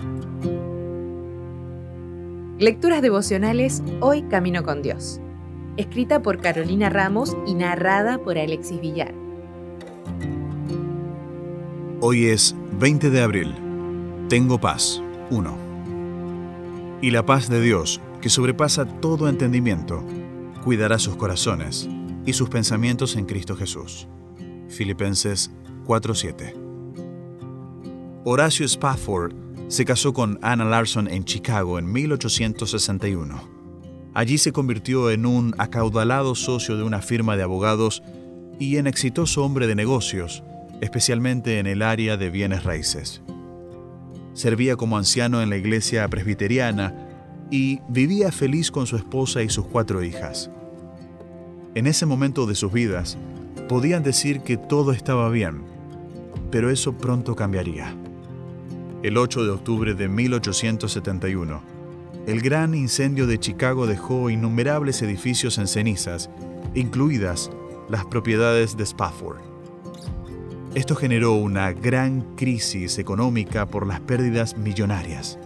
Lecturas devocionales Hoy Camino con Dios. Escrita por Carolina Ramos y narrada por Alexis Villar. Hoy es 20 de abril. Tengo paz. 1. Y la paz de Dios, que sobrepasa todo entendimiento, cuidará sus corazones y sus pensamientos en Cristo Jesús. Filipenses 4:7. Horacio Spafford se casó con Anna Larson en Chicago en 1861. Allí se convirtió en un acaudalado socio de una firma de abogados y en exitoso hombre de negocios, especialmente en el área de bienes raíces. Servía como anciano en la iglesia presbiteriana y vivía feliz con su esposa y sus 4 hijas. En ese momento de sus vidas, podían decir que todo estaba bien, pero eso pronto cambiaría. El 8 de octubre de 1871, el gran incendio de Chicago dejó innumerables edificios en cenizas, incluidas las propiedades de Spafford. Esto generó una gran crisis económica por las pérdidas millonarias.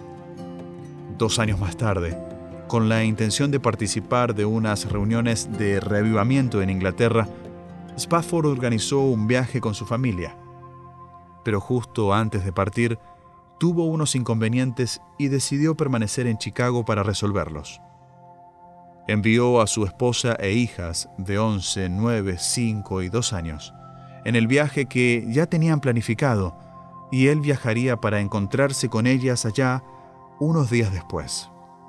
2 años más tarde, con la intención de participar de unas reuniones de reavivamiento en Inglaterra, Spafford organizó un viaje con su familia. Pero justo antes de partir, tuvo unos inconvenientes y decidió permanecer en Chicago para resolverlos. Envió a su esposa e hijas de 11, 9, 5 y 2 años en el viaje que ya tenían planificado, y él viajaría para encontrarse con ellas allá unos días después.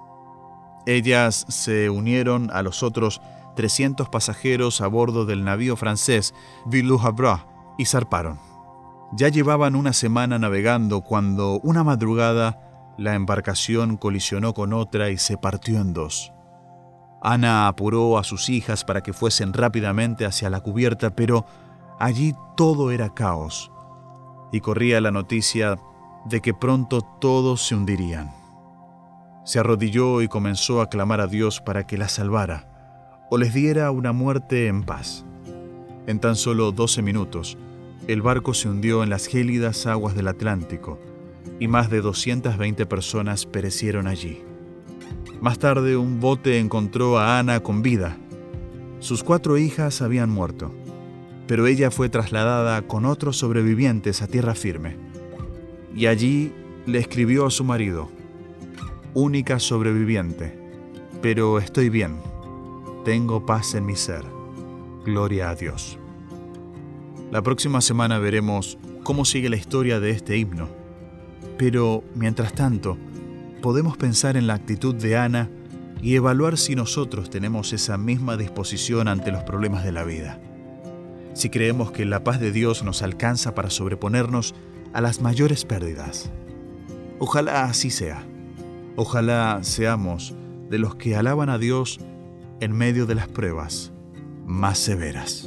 Ellas se unieron a los otros 300 pasajeros a bordo del navío francés Ville du Havre y zarparon. Ya llevaban una semana navegando cuando una madrugada la embarcación colisionó con otra y se partió en 2. Ana apuró a sus hijas para que fuesen rápidamente hacia la cubierta, pero allí todo era caos y corría la noticia de que pronto todos se hundirían. Se arrodilló y comenzó a clamar a Dios para que la salvara o les diera una muerte en paz. En tan solo 12 minutos, el barco se hundió en las gélidas aguas del Atlántico y más de 220 personas perecieron allí. Más tarde, un bote encontró a Ana con vida. Sus 4 hijas habían muerto, pero ella fue trasladada con otros sobrevivientes a tierra firme. Y allí le escribió a su marido: única sobreviviente, pero estoy bien. Tengo paz en mi ser. Gloria a Dios. La próxima semana veremos cómo sigue la historia de este himno. Pero, mientras tanto, podemos pensar en la actitud de Ana y evaluar si nosotros tenemos esa misma disposición ante los problemas de la vida. Si creemos que la paz de Dios nos alcanza para sobreponernos a las mayores pérdidas. Ojalá así sea. Ojalá seamos de los que alaban a Dios en medio de las pruebas más severas.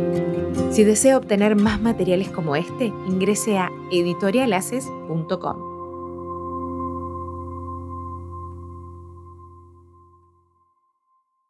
Si desea obtener más materiales como este, ingrese a editorialaces.com.